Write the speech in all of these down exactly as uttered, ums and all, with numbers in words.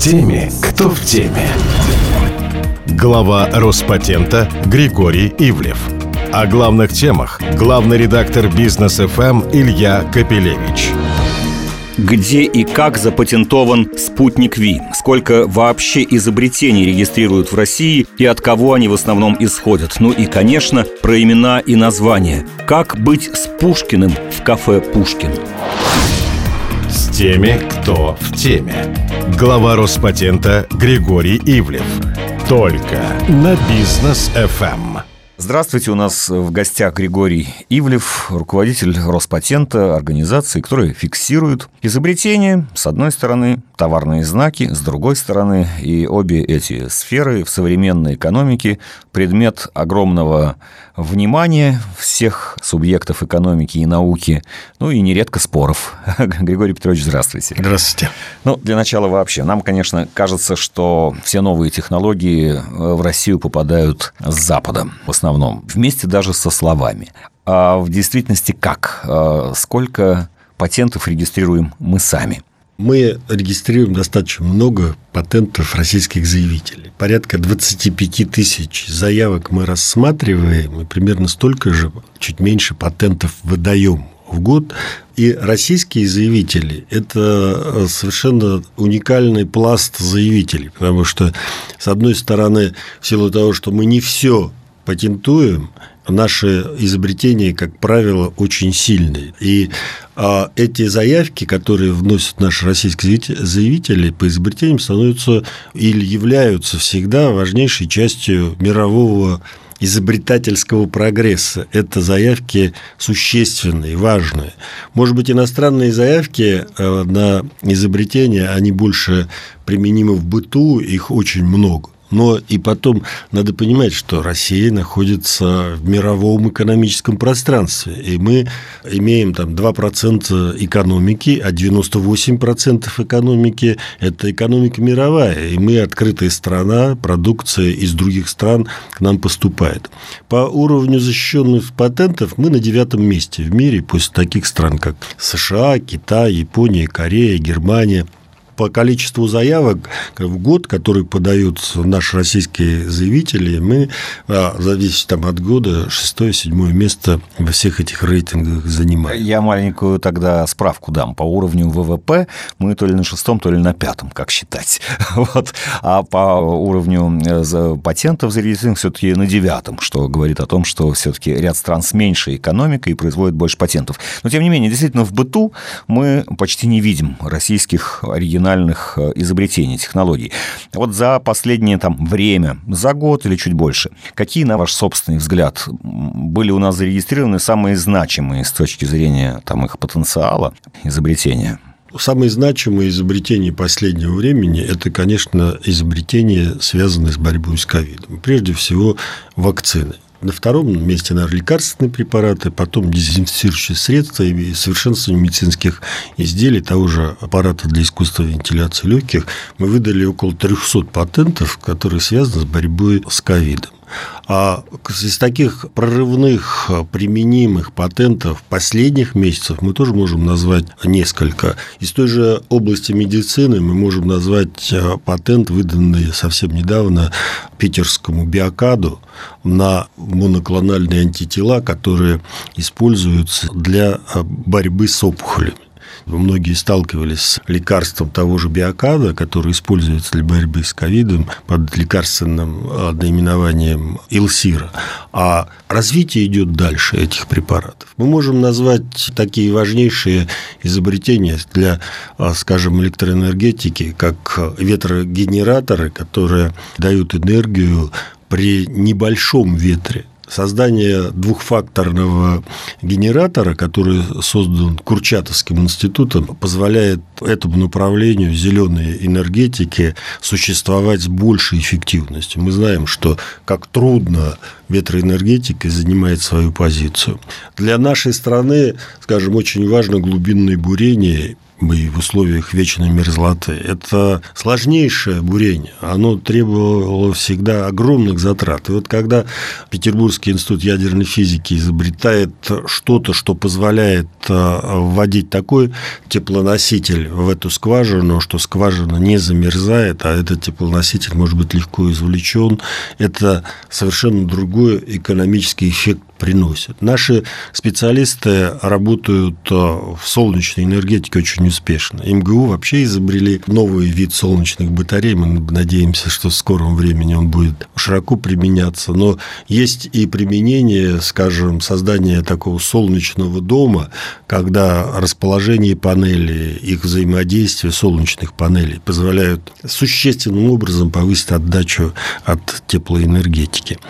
теми, кто в теме. Глава Роспатента Григорий Ивлев. О главных темах главный редактор Бизнес эф эм Илья Капелевич. Где и как запатентован спутник Ви? Сколько вообще изобретений регистрируют в России и от кого они в основном исходят? Ну и, конечно, про имена и названия. Как быть с Пушкиным в кафе «Пушкин»? С теми, кто в теме. Глава Роспатента Григорий Ивлев. Только на Бизнес эф эм. Здравствуйте, у нас в гостях Григорий Ивлев, руководитель Роспатента, организации, которая фиксирует изобретения, с одной стороны, товарные знаки, с другой стороны, и обе эти сферы в современной экономике предмет огромного внимания всех субъектов экономики и науки, ну и нередко споров. Григорий Петрович, здравствуйте. Здравствуйте. Ну, для начала вообще, нам, конечно, кажется, что все новые технологии в Россию попадают с Запада, в основном, вместе даже со словами. А в действительности как? Сколько патентов регистрируем мы сами? Мы регистрируем достаточно много патентов российских заявителей. Порядка двадцать пять тысяч заявок мы рассматриваем, и примерно столько же, чуть меньше патентов выдаем в год. И российские заявители – это совершенно уникальный пласт заявителей, потому что, с одной стороны, в силу того, что мы не все патентуем, наши изобретения, как правило, очень сильные. И а, эти заявки, которые вносят наши российские заявители по изобретениям, становятся или являются всегда важнейшей частью мирового изобретательского прогресса. Это заявки существенные, важные. Может быть, иностранные заявки на изобретения, они больше применимы в быту, их очень много. Но и потом надо понимать, что Россия находится в мировом экономическом пространстве, и мы имеем там два процента экономики, а девяносто восемь процентов экономики – это экономика мировая, и мы открытая страна, продукция из других стран к нам поступает. По уровню защищенных патентов мы на девятом месте в мире после таких стран, как США, Китай, Япония, Корея, Германия. По количеству заявок в год, которые подают наши российские заявители, мы, зависит там от года, шестое-седьмое место во всех этих рейтингах занимаем. Я маленькую тогда справку дам. По уровню вэ вэ пэ мы то ли на шестом, то ли на пятом, как считать. Вот. А по уровню патентов зарегистрированных все-таки на девятом, что говорит о том, что все-таки ряд стран с меньшей экономикой производит больше патентов. Но, тем не менее, действительно, в быту мы почти не видим российских оригинальных изобретений, технологий. Вот за последнее там время, за год или чуть больше, какие, на ваш собственный взгляд, были у нас зарегистрированы самые значимые с точки зрения там, их потенциала изобретения? Самые значимые изобретения последнего времени – это, конечно, изобретения, связанные с борьбой с ковидом. Прежде всего, вакцины. На втором месте, наверное, лекарственные препараты, потом дезинфицирующие средства и совершенствование медицинских изделий, того же аппарата для искусственной вентиляции легких. Мы выдали около трехсот патентов, которые связаны с борьбой с ковидом. А из таких прорывных применимых патентов последних месяцев мы тоже можем назвать несколько. Из той же области медицины мы можем назвать патент, выданный совсем недавно питерскому Биокаду на моноклональные антитела, которые используются для борьбы с опухолями. Многие сталкивались с лекарством того же Биокада, который используется для борьбы с ковидом под лекарственным наименованием Илсира. А развитие идет дальше этих препаратов. Мы можем назвать такие важнейшие изобретения для, скажем, электроэнергетики, как ветрогенераторы, которые дают энергию при небольшом ветре. Создание двухфакторного генератора, который создан Курчатовским институтом, позволяет этому направлению зеленой энергетики существовать с большей эффективностью. Мы знаем, что как трудно ветроэнергетика занимает свою позицию. Для нашей страны, скажем, очень важно глубинное бурение и в условиях вечной мерзлоты. Это сложнейшее бурение. Оно требовало всегда огромных затрат. И вот когда Петербургский институт ядерной физики изобретает что-то, что позволяет вводить такой теплоноситель в эту скважину, что скважина не замерзает, а этот теплоноситель может быть легко извлечен, это совершенно другой экономический эффект приносит. Наши специалисты работают в солнечной энергетике очень успешно. эм гэ у вообще изобрели новый вид солнечных батарей. Мы надеемся, что в скором времени он будет широко применяться. Но есть и применение, скажем, создания такого солнечного дома, когда расположение панелей, их взаимодействие солнечных панелей позволяют существенным образом повысить отдачу от теплоэнергетики.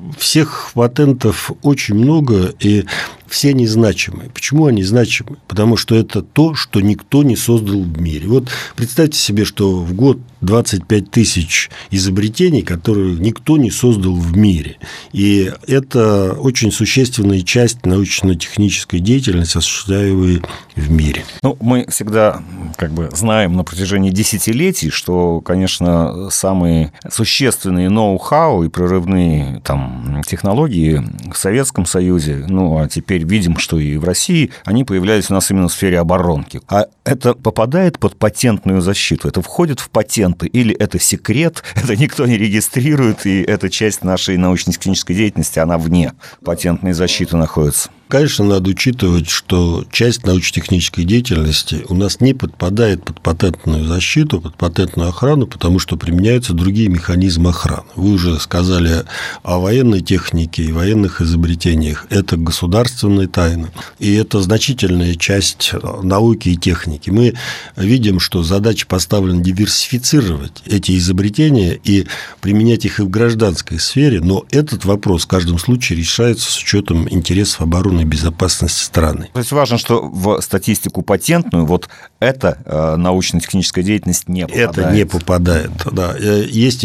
Всех патентов очень много, и все они значимы. Почему они значимы? Потому что это то, что никто не создал в мире. Вот представьте себе, что в год двадцать пять тысяч изобретений, которые никто не создал в мире. И это очень существенная часть научно-технической деятельности, осуществляемой в мире. Ну, мы всегда как бы знаем на протяжении десятилетий, что, конечно, самые существенные ноу-хау и прорывные там технологии в Советском Союзе, ну, а теперь видим, что и в России, они появлялись у нас именно в сфере оборонки. А это попадает под патентную защиту? Это входит в патенты? Или это секрет? Это никто не регистрирует, и эта часть нашей научно-технической деятельности, она вне патентной защиты находится? Конечно, надо учитывать, что часть научно-технической деятельности у нас не подпадает под патентную защиту, под патентную охрану, потому что применяются другие механизмы охраны. Вы уже сказали о военной технике и военных изобретениях. Это государственная тайна, и это значительная часть науки и техники. Мы видим, что задача поставлена диверсифицировать эти изобретения и применять их и в гражданской сфере, но этот вопрос в каждом случае решается с учетом интересов обороны и безопасности страны. То есть важно, что в статистику патентную вот эта научно-техническая деятельность не попадает. Это не попадает, да. Есть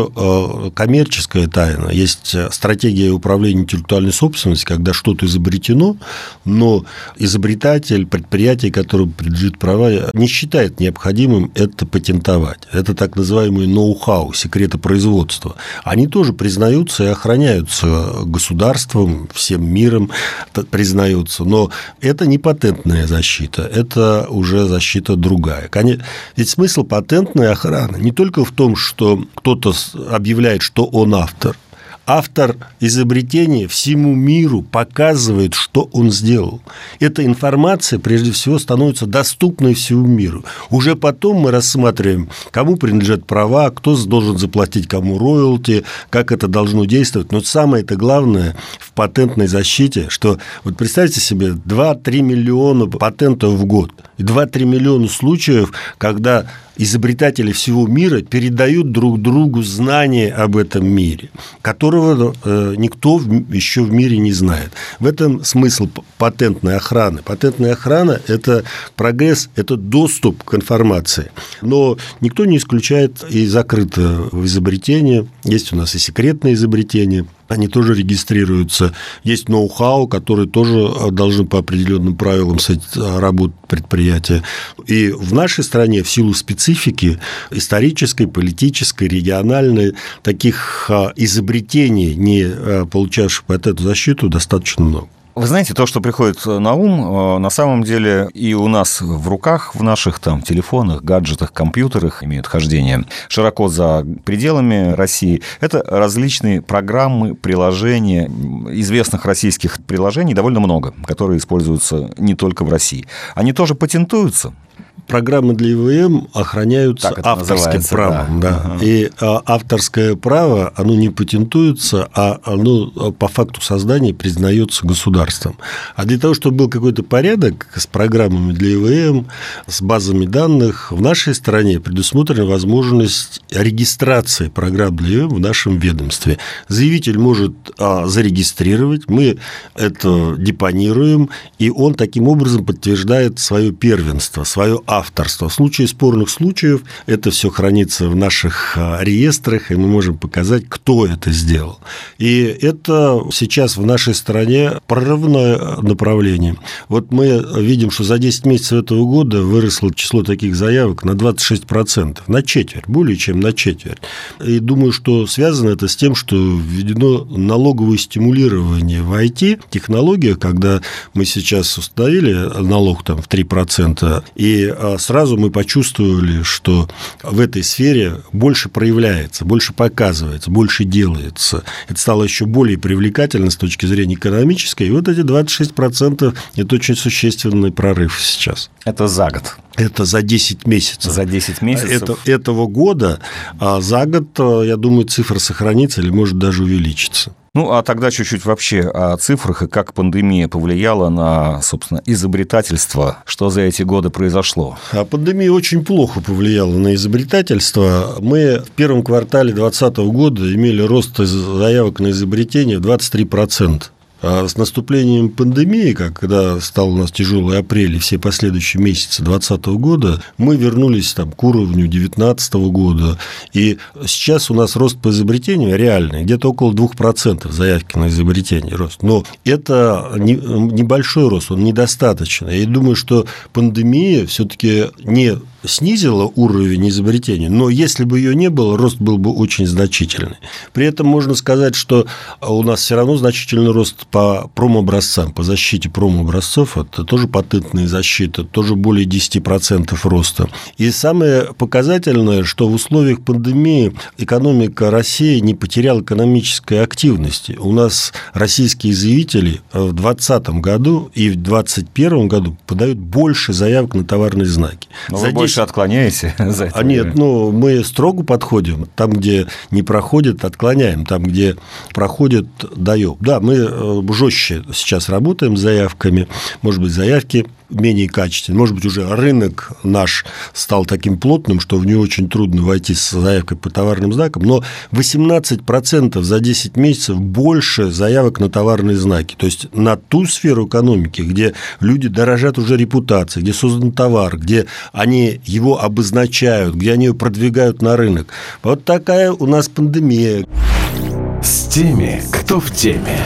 еще коммерческая тайна, есть стратегия управления интеллектуальной собственностью, когда что-то изобретено, но изобретатель, предприятие, которому принадлежит права, не считает необходимым это патентовать. Это так называемые ноу-хау, секреты производства. Они тоже признаются и охраняются государством, всем миром признаются, но это не патентная защита, это уже защита другая. Ведь смысл патентной охраны не только в том, что кто-то объявляет, что он автор. Автор изобретения всему миру показывает, что он сделал. Эта информация, прежде всего, становится доступной всему миру. Уже потом мы рассматриваем, кому принадлежат права, кто должен заплатить кому роялти, как это должно действовать. Но самое-то главное в патентной защите, что вот представьте себе два-три миллиона патентов в год и два-три миллиона случаев, когда изобретатели всего мира передают друг другу знания об этом мире, которого никто еще в мире не знает. В этом смысл патентной охраны. Патентная охрана – это прогресс, это доступ к информации. Но никто не исключает и закрытое изобретение. Есть у нас и секретные изобретения. Они тоже регистрируются. Есть ноу-хау, которые тоже должны по определенным правилам работать предприятия. И в нашей стране в силу специфики исторической, политической, региональной, таких изобретений, не получавших патентную защиту, достаточно много. Вы знаете, то, что приходит на ум, на самом деле и у нас в руках, в наших там телефонах, гаджетах, компьютерах имеют хождение широко за пределами России. Это различные программы, приложения, известных российских приложений довольно много, которые используются не только в России. Они тоже патентуются? Программы для и вэ эм охраняются авторским правом. Да. Да. Ага. И авторское право, оно не патентуется, а оно по факту создания признается государством. А для того, чтобы был какой-то порядок с программами для и вэ эм, с базами данных, в нашей стране предусмотрена возможность регистрации программ для и вэ эм в нашем ведомстве. Заявитель может зарегистрировать, мы это депонируем, и он таким образом подтверждает свое первенство, свое авторство. авторства. В случае спорных случаев это все хранится в наших реестрах, и мы можем показать, кто это сделал. И это сейчас в нашей стране прорывное направление. Вот мы видим, что за десять месяцев этого года выросло число таких заявок на двадцать шесть процентов, на четверть, более чем на четверть. И думаю, что связано это с тем, что введено налоговое стимулирование в ай ти-технологиях, когда мы сейчас установили налог там в три процента, и сразу мы почувствовали, что в этой сфере больше проявляется, больше показывается, больше делается. Это стало еще более привлекательно с точки зрения экономической, и вот эти двадцать шесть процентов – это очень существенный прорыв сейчас. Это за год? Это за десять месяцев. За десять месяцев? Это, этого года, а за год, я думаю, цифра сохранится или может даже увеличиться. Ну, а тогда чуть-чуть вообще о цифрах и как пандемия повлияла на, собственно, изобретательство. Что за эти годы произошло? А пандемия очень плохо повлияла на изобретательство. Мы в первом квартале две тысячи двадцатого года имели рост заявок на изобретение в двадцать три процента. А с наступлением пандемии, когда стал у нас тяжелый апрель и все последующие месяцы две тысячи двадцатого года, мы вернулись там, к уровню две тысячи девятнадцатого года. И сейчас у нас рост по изобретению реальный, где-то около двух процентов заявки на изобретение рост. Но это небольшой рост, он недостаточный. Я думаю, что пандемия все-таки не снизила уровень изобретения, но если бы ее не было, рост был бы очень значительный. При этом можно сказать, что у нас все равно значительный рост по промобразцам, по защите промобразцов, это тоже патентная защита, тоже более десять процентов роста. И самое показательное, что в условиях пандемии экономика России не потеряла экономической активности. У нас российские заявители в двадцатом году и в двадцать первом году подают больше заявок на товарные знаки. Но вы больше отклоняете за это? А нет, ну, мы строго подходим. Там, где не проходит, отклоняем. Там, где проходит, даем. Да, мы жестче сейчас работаем с заявками. Может быть, заявки менее качественные. Может быть, уже рынок наш стал таким плотным, что в него очень трудно войти с заявкой по товарным знакам. Но восемнадцать процентов за десять месяцев больше заявок на товарные знаки. То есть на ту сферу экономики, где люди дорожат уже репутацией, где создан товар, где они его обозначают, где они его продвигают на рынок. Вот такая у нас пандемия. С теми, кто в теме.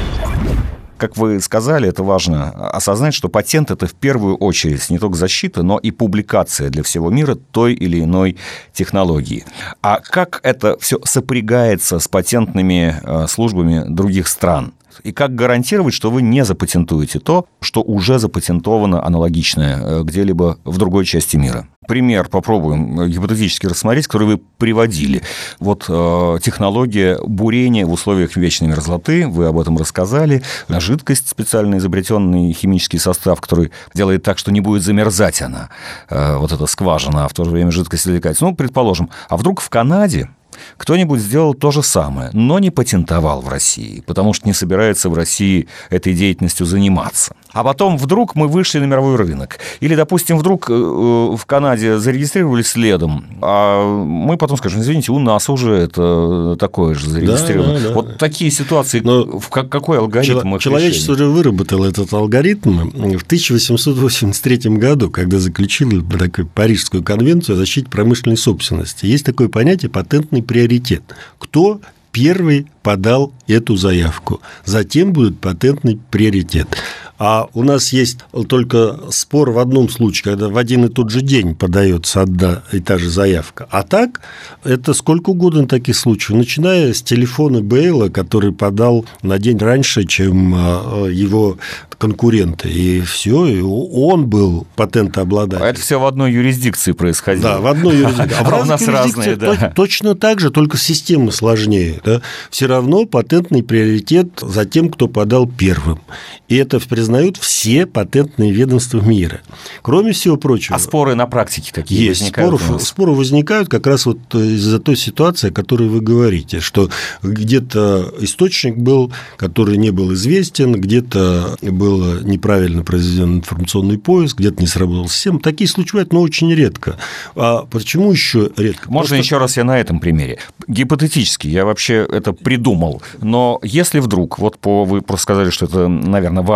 Как вы сказали, это важно осознать, что патент – это в первую очередь не только защита, но и публикация для всего мира той или иной технологии. А как это все сопрягается с патентными службами других стран? И как гарантировать, что вы не запатентуете то, что уже запатентовано аналогичное где-либо в другой части мира? Пример попробуем гипотетически рассмотреть, который вы приводили. Вот э, технология бурения в условиях вечной мерзлоты, вы об этом рассказали. Жидкость, специально изобретенный химический состав, который делает так, что не будет замерзать она, э, вот эта скважина, а в то же время жидкость извлекается. Ну, предположим, а вдруг в Канаде кто-нибудь сделал то же самое, но не патентовал в России, потому что не собирается в России этой деятельностью заниматься. А потом вдруг мы вышли на мировой рынок. Или, допустим, вдруг в Канаде зарегистрировали следом, а мы потом скажем, извините, у нас уже это такое же зарегистрировано. Да, да, да. Вот такие ситуации, но в какой алгоритм их человечество решения? уже выработало этот алгоритм в тысяча восемьсот восемьдесят третьем году, когда заключили такую Парижскую конвенцию о защите промышленной собственности. Есть такое понятие патентный приоритет. Кто первый подал эту заявку, затем будет патентный приоритет. А у нас есть только спор в одном случае, когда в один и тот же день подается одна и та же заявка. А так, это сколько угодно таких случаев, начиная с телефона Бейла, который подал на день раньше, чем его конкуренты. И все, и он был патентообладателем. А это все в одной юрисдикции происходило. Да, в одной юрисдикции. А, а у нас разные, да. Точно так же, только система сложнее. Да? Все равно патентный приоритет за тем, кто подал первым. И это признают все патентные ведомства мира. Кроме всего прочего... А споры на практике какие есть, возникают? Споры, споры возникают как раз вот из-за той ситуации, о которой вы говорите, что где-то источник был, который не был известен, где-то был неправильно произведен информационный поиск, где-то не сработала система. Такие случаи бывают, но очень редко. А почему еще редко? Можно Просто... еще раз я на этом примере. Гипотетически, я вообще это придумал, но если вдруг, вот по, вы просто сказали, что это, наверное, важное изобретение,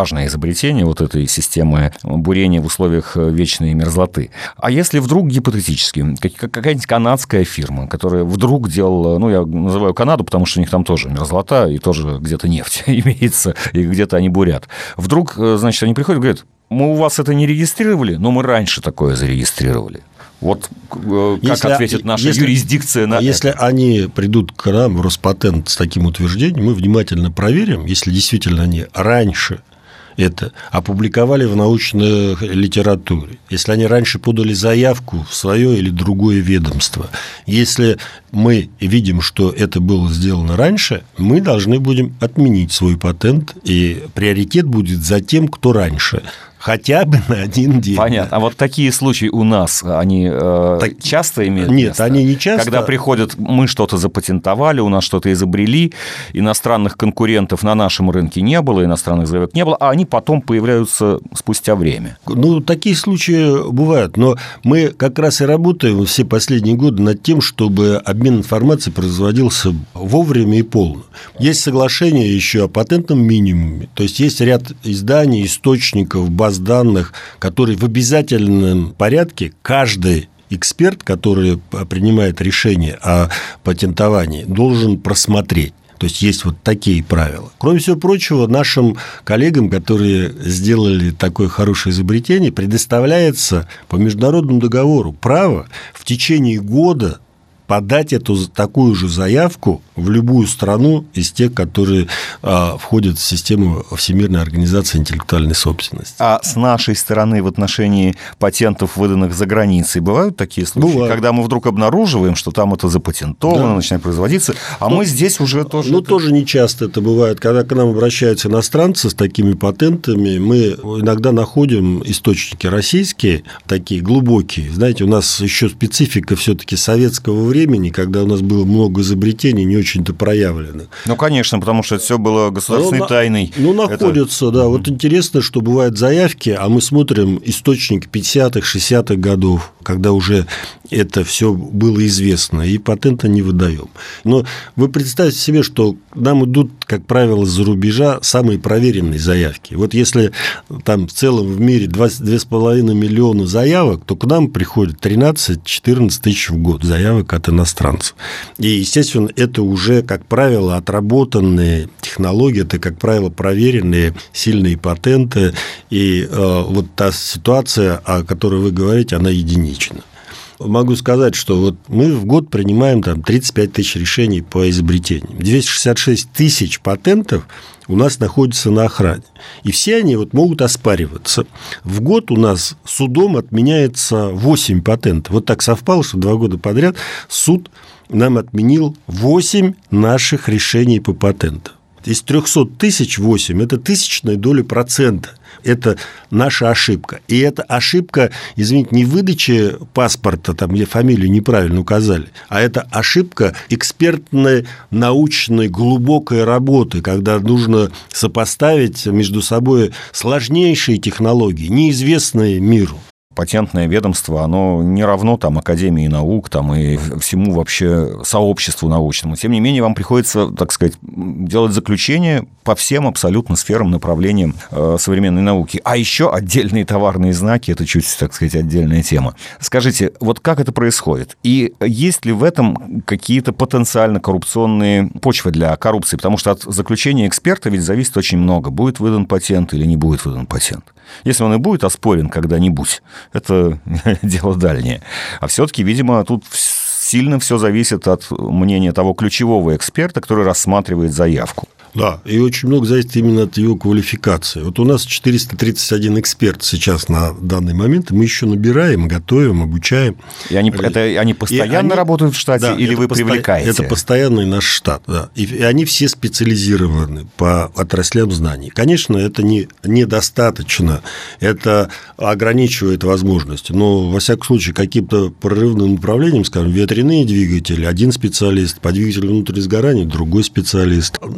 изобретения вот этой системы бурения в условиях вечной мерзлоты. А если вдруг гипотетически какая-нибудь канадская фирма, которая вдруг делала, ну, я называю Канаду, потому что у них там тоже мерзлота и тоже где-то нефть имеется, и где-то они бурят. Вдруг, значит, они приходят и говорят: мы у вас это не регистрировали, но мы раньше такое зарегистрировали. Вот как если, ответит наша если, юрисдикция на если это? Они придут к нам в Роспатент с таким утверждением, мы внимательно проверим, если действительно они раньше это опубликовали в научной литературе, если они раньше подали заявку в свое или другое ведомство, если мы видим, что это было сделано раньше, мы должны будем отменить свой патент, и приоритет будет за тем, кто раньше. Хотя бы на один день. Понятно. А вот такие случаи у нас, они э, так... часто имеют Нет, место? они не часто. Когда приходят, мы что-то запатентовали, у нас что-то изобрели, иностранных конкурентов на нашем рынке не было, иностранных заявок не было, а они потом появляются спустя время. Ну, такие случаи бывают, но мы как раз и работаем все последние годы над тем, чтобы обмен информацией производился вовремя и полно. Есть соглашение еще о патентном минимуме, то есть есть ряд изданий, источников, баз данных, которые в обязательном порядке каждый эксперт, который принимает решение о патентовании, должен просмотреть. То есть есть вот такие правила. Кроме всего прочего, нашим коллегам, которые сделали такое хорошее изобретение, предоставляется по международному договору право в течение года подать эту такую же заявку в любую страну из тех, которые а, входят в систему Всемирной организации интеллектуальной собственности. А с нашей стороны в отношении патентов, выданных за границей, бывают такие случаи, бывает. Когда мы вдруг обнаруживаем, что там это запатентовано, да. начинает производиться, а ну, мы здесь уже тоже... Ну, это... тоже не часто это бывает. Когда к нам обращаются иностранцы с такими патентами, мы иногда находим источники российские, такие глубокие. Знаете, у нас еще специфика все-таки советского времени, времени, когда у нас было много изобретений, не очень-то проявлено. Ну, конечно, потому что это все было государственной ну, тайной. Ну, находятся, это... да. Mm-hmm. Вот интересно, что бывают заявки, а мы смотрим источник пятидесятых, шестидесятых годов, когда уже это все было известно, и патента не выдаем. Но вы представьте себе, что нам идут, как правило, из-за рубежа самые проверенные заявки. Вот если там в целом в мире двадцать два с половиной миллиона заявок, то к нам приходит тринадцать-четырнадцать тысяч в год заявок от иностранцев. И, естественно, это уже, как правило, отработанные технологии, это, как правило, проверенные сильные патенты. И э, вот та ситуация, о которой вы говорите, она единична. Могу сказать, что вот мы в год принимаем там тридцать пять тысяч решений по изобретениям. двести шестьдесят шесть тысяч патентов у нас находятся на охране. И все они вот могут оспариваться. В год у нас судом отменяется восемь патентов. Вот так совпало, что два года подряд суд нам отменил восемь наших решений по патентам. Из трехсот тысяч восемь – это тысячная доля процента. Это наша ошибка. И эта ошибка, извините, не в выдаче паспорта, там, где фамилию неправильно указали, а это ошибка экспертной, научной, глубокой работы, когда нужно сопоставить между собой сложнейшие технологии, неизвестные миру. Патентное ведомство, оно не равно там Академии наук там, и всему вообще сообществу научному. Тем не менее, вам приходится, так сказать, делать заключение по всем абсолютно сферам, направлениям э, современной науки. А еще отдельные товарные знаки – это чуть, так сказать, отдельная тема. Скажите, вот как это происходит? И есть ли в этом какие-то потенциально коррупционные почвы для коррупции? Потому что от заключения эксперта ведь зависит очень много. Будет выдан патент или не будет выдан патент. Если он и будет оспорен когда-нибудь, это дело дальнее. А все-таки, видимо, тут сильно все зависит от мнения того ключевого эксперта, который рассматривает заявку. Да, и очень много зависит именно от его квалификации. Вот у нас четыреста тридцать один эксперт сейчас на данный момент, мы еще набираем, готовим, обучаем. И они, это, они постоянно они, работают в штате, да, или вы посто... привлекаете? Это постоянный наш штат, да. И, и они все специализированы по отраслям знаний. Конечно, это не, недостаточно, это ограничивает возможности, но, во всяком случае, каким-то прорывным направлением, скажем, ветряные двигатели, один специалист, по двигателю внутреннего сгорания другой специалист.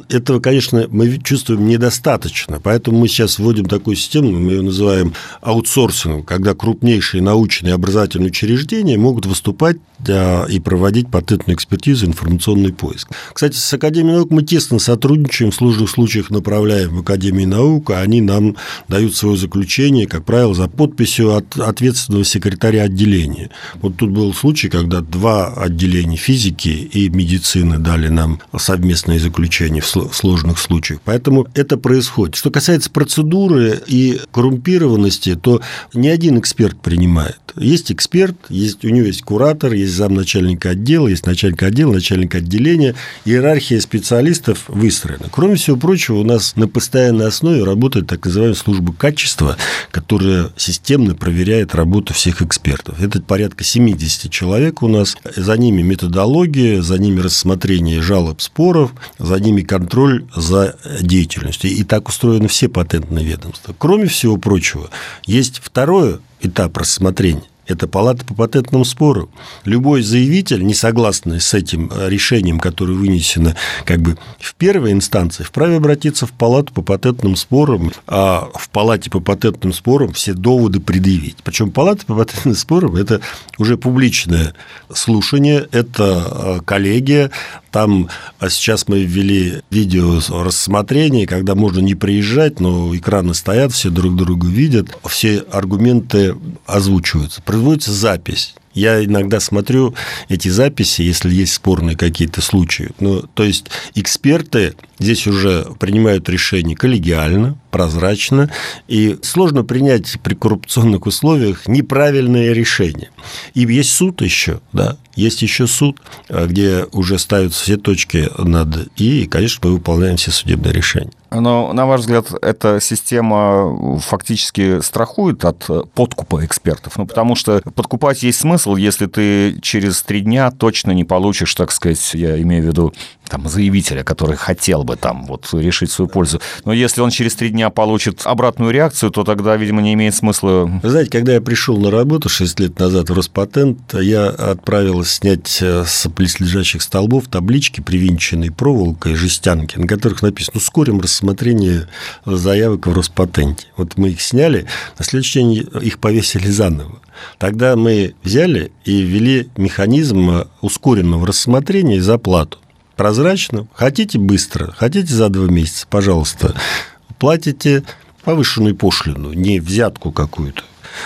этого, конечно, мы чувствуем недостаточно, поэтому мы сейчас вводим такую систему, мы ее называем аутсорсингом, когда крупнейшие научные и образовательные учреждения могут выступать и проводить патентную экспертизу, информационный поиск. Кстати, с Академией наук мы тесно сотрудничаем, в сложных случаях направляем в Академию наук, а они нам дают свое заключение, как правило, за подписью от ответственного секретаря отделения. Вот тут был случай, когда два отделения физики и медицины дали нам совместное заключение в сложных случаях. Поэтому это происходит. Что касается процедуры и коррумпированности, то ни один эксперт принимает. Есть эксперт, есть, у него есть куратор, есть замначальника отдела, есть начальник отдела, начальник отделения. Иерархия специалистов выстроена. Кроме всего прочего, у нас на постоянной основе работает так называемая служба качества, которая системно проверяет работу всех экспертов. Это порядка семьдесят человек у нас. За ними методология, за ними рассмотрение жалоб, споров, за ними контроль за деятельностью. И так устроены все патентные ведомства. Кроме всего прочего, есть второй этап рассмотрения. Это палата по патентным спорам. Любой заявитель, не согласный с этим решением, которое вынесено как бы в первой инстанции, вправе обратиться в палату по патентным спорам, а в палате по патентным спорам все доводы предъявить. Причем палата по патентным спорам – это уже публичное слушание, это коллегия. Там сейчас мы ввели видео рассмотрение, когда можно не приезжать, но экраны стоят, все друг друга видят, все аргументы озвучиваются. Производится запись. Я иногда смотрю эти записи, если есть спорные какие-то случаи. Ну, то есть эксперты здесь уже принимают решения коллегиально, прозрачно, и сложно принять при коррупционных условиях неправильное решение. И есть суд еще, да, есть еще суд, где уже ставятся все точки над «и», и, конечно, мы выполняем все судебные решения. Но, на ваш взгляд, эта система фактически страхует от подкупа экспертов? Ну, потому что подкупать есть смысл, если ты через три дня точно не получишь, так сказать, я имею в виду, там, заявителя, который хотел бы там вот решить свою пользу. Но если он через три дня получит обратную реакцию, то тогда, видимо, не имеет смысла... Вы знаете, когда я пришел на работу шесть лет назад в Роспатент, я отправился снять с близлежащих столбов таблички, привинченные проволокой, жестянки, на которых написано «Ускорим рассмотрение заявок в Роспатенте». Вот мы их сняли, на следующий день их повесили заново. Тогда мы взяли и ввели механизм ускоренного рассмотрения за плату. Прозрачно. Хотите быстро, хотите за два месяца, пожалуйста, платите повышенную пошлину, не взятку какую-то.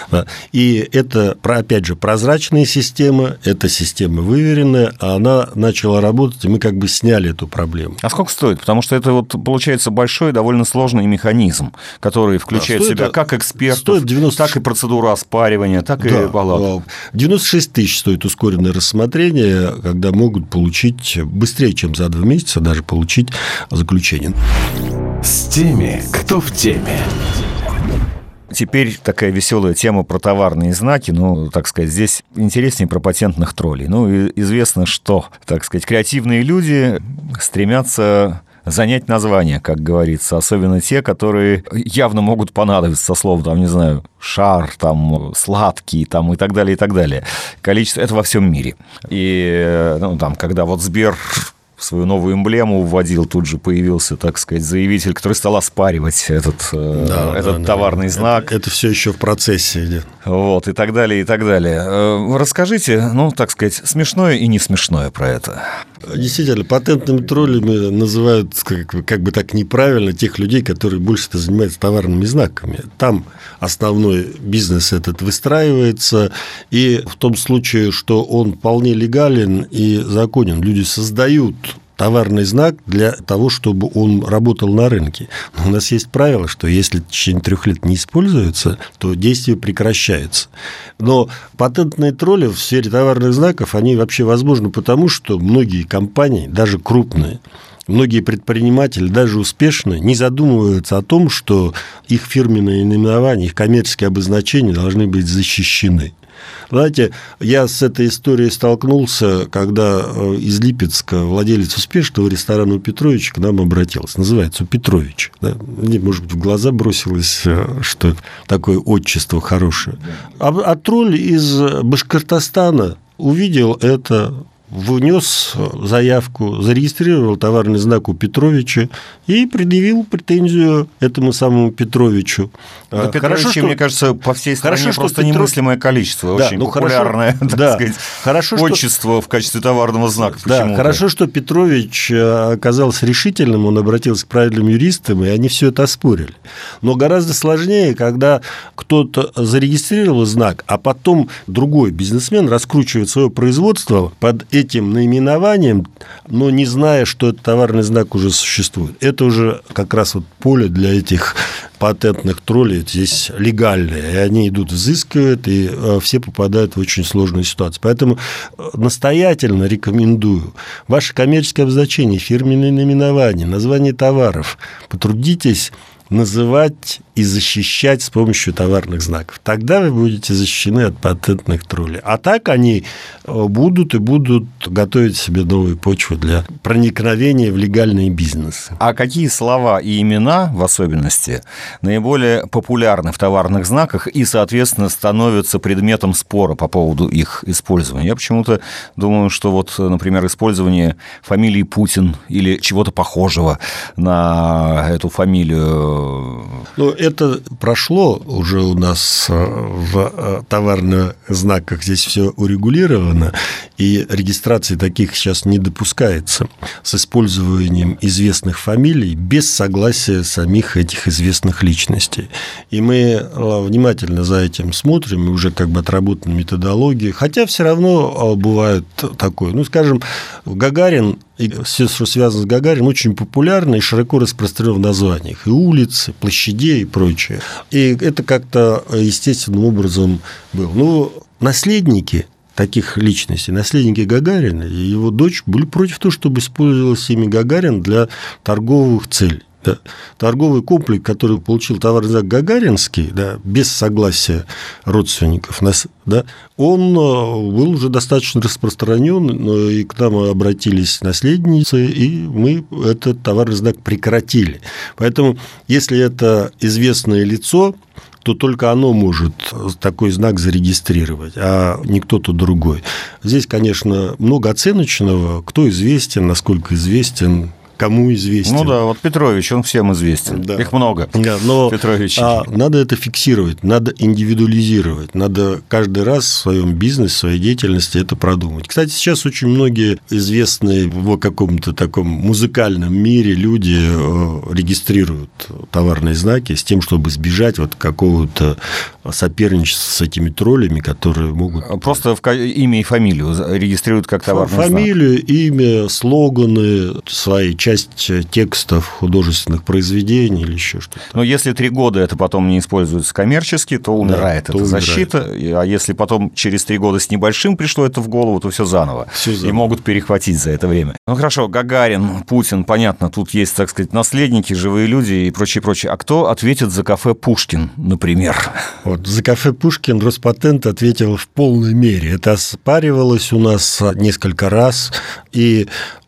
И это, опять же, прозрачная система, это система выверенная, а она начала работать, и мы как бы сняли эту проблему. А сколько стоит? Потому что это вот получается большой, довольно сложный механизм, который включает в себя как экспертов, девяносто... так и процедуру оспаривания, так да, и палату. девяносто шесть тысяч стоит ускоренное рассмотрение, когда могут получить быстрее, чем за два месяца, даже получить заключение. С теми, кто в теме. Теперь такая веселая тема про товарные знаки. Ну, так сказать, здесь интереснее про патентных троллей. Ну, и известно, что, так сказать, креативные люди стремятся занять названия, как говорится, особенно те, которые явно могут понадобиться со словом, там, не знаю, шар, там, сладкий, там, и так далее, и так далее. Количество, это во всем мире. И, ну, там, когда вот Сбер свою новую эмблему вводил, тут же появился, так сказать, заявитель, который стал оспаривать этот, да, этот да, товарный да. знак. Это, это все еще в процессе идет. Вот, и так далее, и так далее. Расскажите, ну, так сказать, смешное и не смешное про это. Действительно, патентными троллями называют, как, как бы так неправильно, тех людей, которые больше занимаются товарными знаками. Там основной бизнес этот выстраивается, и в том случае, что он вполне легален и законен, люди создают товарный знак для того, чтобы он работал на рынке. Но у нас есть правило, что если в течение трех лет не используется, то действие прекращается. Но патентные тролли в сфере товарных знаков, они вообще возможны потому, что многие компании, даже крупные, многие предприниматели, даже успешные, не задумываются о том, что их фирменные наименования, их коммерческие обозначения должны быть защищены. Знаете, я с этой историей столкнулся, когда из Липецка владелец успешного ресторана у Петровича к нам обратился. Называется у Петровича. Да? Мне, может быть, в глаза бросилось, что такое отчество хорошее. А, а тролль из Башкортостана увидел это, внес заявку, зарегистрировал товарный знак у Петровича и предъявил претензию этому самому Петровичу. Да, Петровичи, хорошо, что... мне кажется, по всей стране хорошо, просто Петров... немыслимое количество, да, очень ну, популярное, хорошо, так да, сказать, хорошо, отчество что... в качестве товарного знака. Да, почему-то. Хорошо, что Петрович оказался решительным, он обратился к правильным юристам, и они все это оспорили. Но гораздо сложнее, когда кто-то зарегистрировал знак, а потом другой бизнесмен раскручивает свое производство под этим наименованием, но не зная, что этот товарный знак уже существует. Это уже как раз вот поле для этих патентных троллей здесь легальные, и они идут, взыскивают, и все попадают в очень сложную ситуацию. Поэтому настоятельно рекомендую ваше коммерческое обозначение, фирменные наименования, название товаров. Потрудитесь называть и защищать с помощью товарных знаков. Тогда вы будете защищены от патентных троллей. А так они будут и будут готовить себе новую почву для проникновения в легальные бизнесы. А какие слова и имена, в особенности, наиболее популярны в товарных знаках и, соответственно, становятся предметом спора по поводу их использования? Я почему-то думаю, что вот, например, использование фамилии Путин или чего-то похожего на эту фамилию. Ну, это прошло уже у нас в товарных знаках, здесь все урегулировано, и регистрации таких сейчас не допускается с использованием известных фамилий без согласия самих этих известных личностей. И мы внимательно за этим смотрим, и уже как бы отработана методология, хотя все равно бывает такое. Ну, скажем, Гагарин, и все, что связано с Гагарином, очень популярно и широко распространено в названиях. И улицы, площадей и прочее. И это как-то естественным образом было. Но наследники таких личностей, наследники Гагарина и его дочь были против того, чтобы использовалось имя Гагарин для торговых целей. Да. Торговый комплекс, который получил товарный знак гагаринский, да, без согласия родственников, да, он был уже достаточно распространен, и к нам обратились наследницы, и мы этот товарный знак прекратили. Поэтому, если это известное лицо, то только оно может такой знак зарегистрировать, а не кто-то другой. Здесь, конечно, много оценочного, кто известен, насколько известен, кому известен. Ну да, вот Петрович, он всем известен. Да. Их много. Да, но а, надо это фиксировать, надо индивидуализировать, надо каждый раз в своем бизнесе, в своей деятельности это продумать. Кстати, сейчас очень многие известные в каком-то таком музыкальном мире люди регистрируют товарные знаки с тем, чтобы избежать вот какого-то соперничества с этими троллями, которые могут... Просто в имя и фамилию регистрируют как товарный знак. Фамилию, имя, слоганы, свои части текстов художественных произведений или еще что-то. Но если три года это потом не используется коммерчески, то умирает да, эта то защита. Умирает. А если потом через три года с небольшим пришло это в голову, то все заново. Все заново. И могут перехватить за это время. Ну хорошо, Гагарин, Путин, понятно, тут есть, так сказать, наследники, живые люди и прочее, прочее. А кто ответит за кафе «Пушкин», например? Вот, за кафе «Пушкин» Роспатент ответил в полной мере. Это оспаривалось у нас несколько раз, и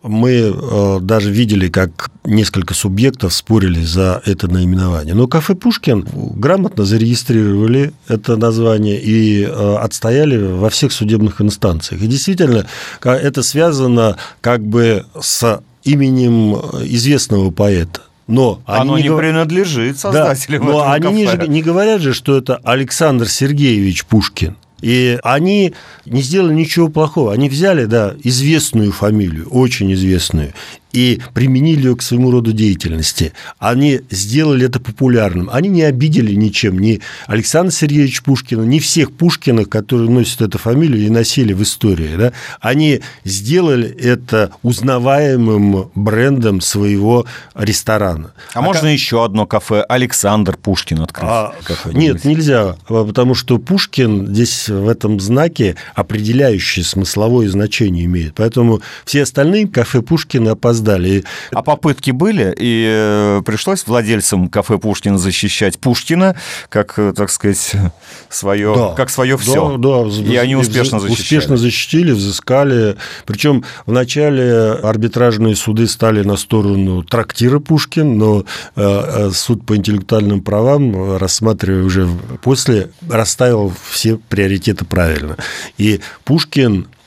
мы даже видели, как несколько субъектов спорили за это наименование. Но кафе «Пушкин» грамотно зарегистрировали это название и отстояли во всех судебных инстанциях. И действительно, это связано как бы с именем известного поэта. Но оно они не, не принадлежит создателям да, этого но они кафе. Не, не говорят же, что это Александр Сергеевич Пушкин. И они не сделали ничего плохого. Они взяли, да, известную фамилию, очень известную, и применили ее к своему роду деятельности. Они сделали это популярным. Они не обидели ничем ни Александра Сергеевича Пушкина, ни всех Пушкиных, которые носят эту фамилию и носили в истории. Да? Они сделали это узнаваемым брендом своего ресторана. А, а можно как... еще одно кафе «Александр Пушкин» открыть? А... Нет, нельзя, потому что Пушкин здесь в этом знаке определяющее смысловое значение имеет. Поэтому все остальные кафе Пушкина опоздали. А попытки были, и пришлось владельцам кафе «Пушкин» защищать Пушкина, как, так сказать, свое, да, как свое все. Да, да, и они успешно защищали. Успешно защитили, взыскали. Причем вначале арбитражные суды стали на сторону трактира «Пушкин», но суд по интеллектуальным правам, рассматривая уже после, расставил все приоритеты правильно. И Пушкин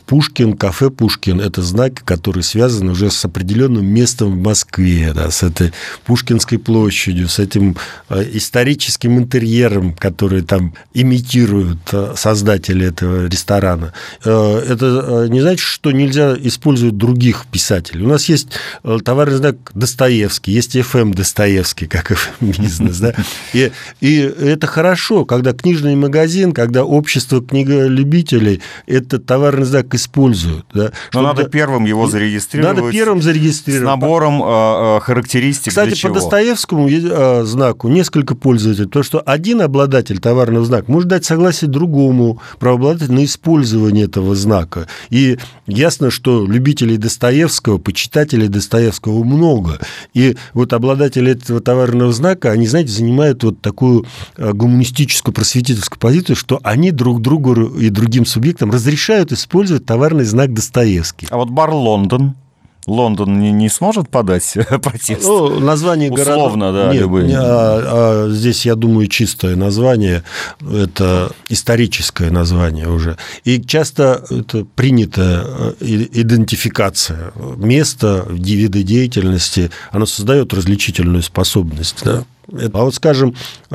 Пушкин, кафе Пушкин – это знаки, которые связаны уже с определенным местом в Москве, да, с этой Пушкинской площадью, с этим историческим интерьером, который там имитируют создатели этого ресторана. Это не значит, что нельзя использовать других писателей. У нас есть товарный знак Достоевский, есть эф эм Достоевский, как эф эм-бизнес, да, и, и это хорошо, когда книжный магазин, когда общество книголюбителей этот товарный знак используют. Да, но надо да, первым его зарегистрировать. Надо первым зарегистрировать. С набором э, характеристик. Кстати, для чего? По Достоевскому э, знаку несколько пользователей, потому что один обладатель товарного знака может дать согласие другому правообладателю на использование этого знака. И ясно, что любителей Достоевского, почитателей Достоевского много. И вот обладатели этого товарного знака, они, знаете, занимают вот такую гуманистическую, просветительскую позицию, что они друг другу и другим субъектам разрешают использовать товарный знак Достоевский. А вот бар «Лондон»? Лондон не, не сможет подать протест? Ну, название условно, городов... да, Нет, любые. А, а здесь, я думаю, чистое название, это историческое название уже. И часто это принятая идентификация места, вида деятельности, оно создает различительную способность. Да? А вот, скажем,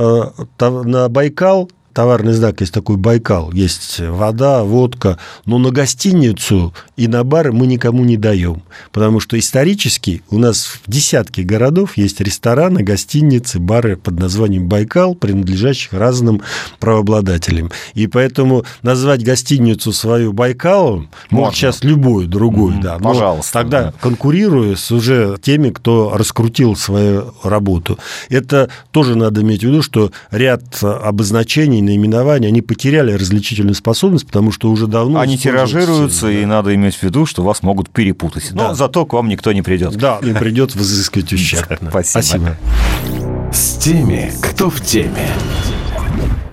на Байкал, товарный знак есть такой Байкал, есть вода, водка, но на гостиницу и на бар мы никому не даем, потому что исторически у нас в десятке городов есть рестораны, гостиницы, бары под названием Байкал, принадлежащих разным правообладателям. И поэтому назвать гостиницу свою Байкалом может сейчас любой другой, mm-hmm. да, но пожалуйста, тогда да. конкурируя с уже теми, кто раскрутил свою работу. Это тоже надо иметь в виду, что ряд обозначений, наименования, они потеряли различительную способность, потому что уже давно... Они тиражируются, да. И надо иметь в виду, что вас могут перепутать. Да. Но зато к вам никто не придет. Да, не придет взыскивать ущерб. Спасибо. С теми, кто в теме.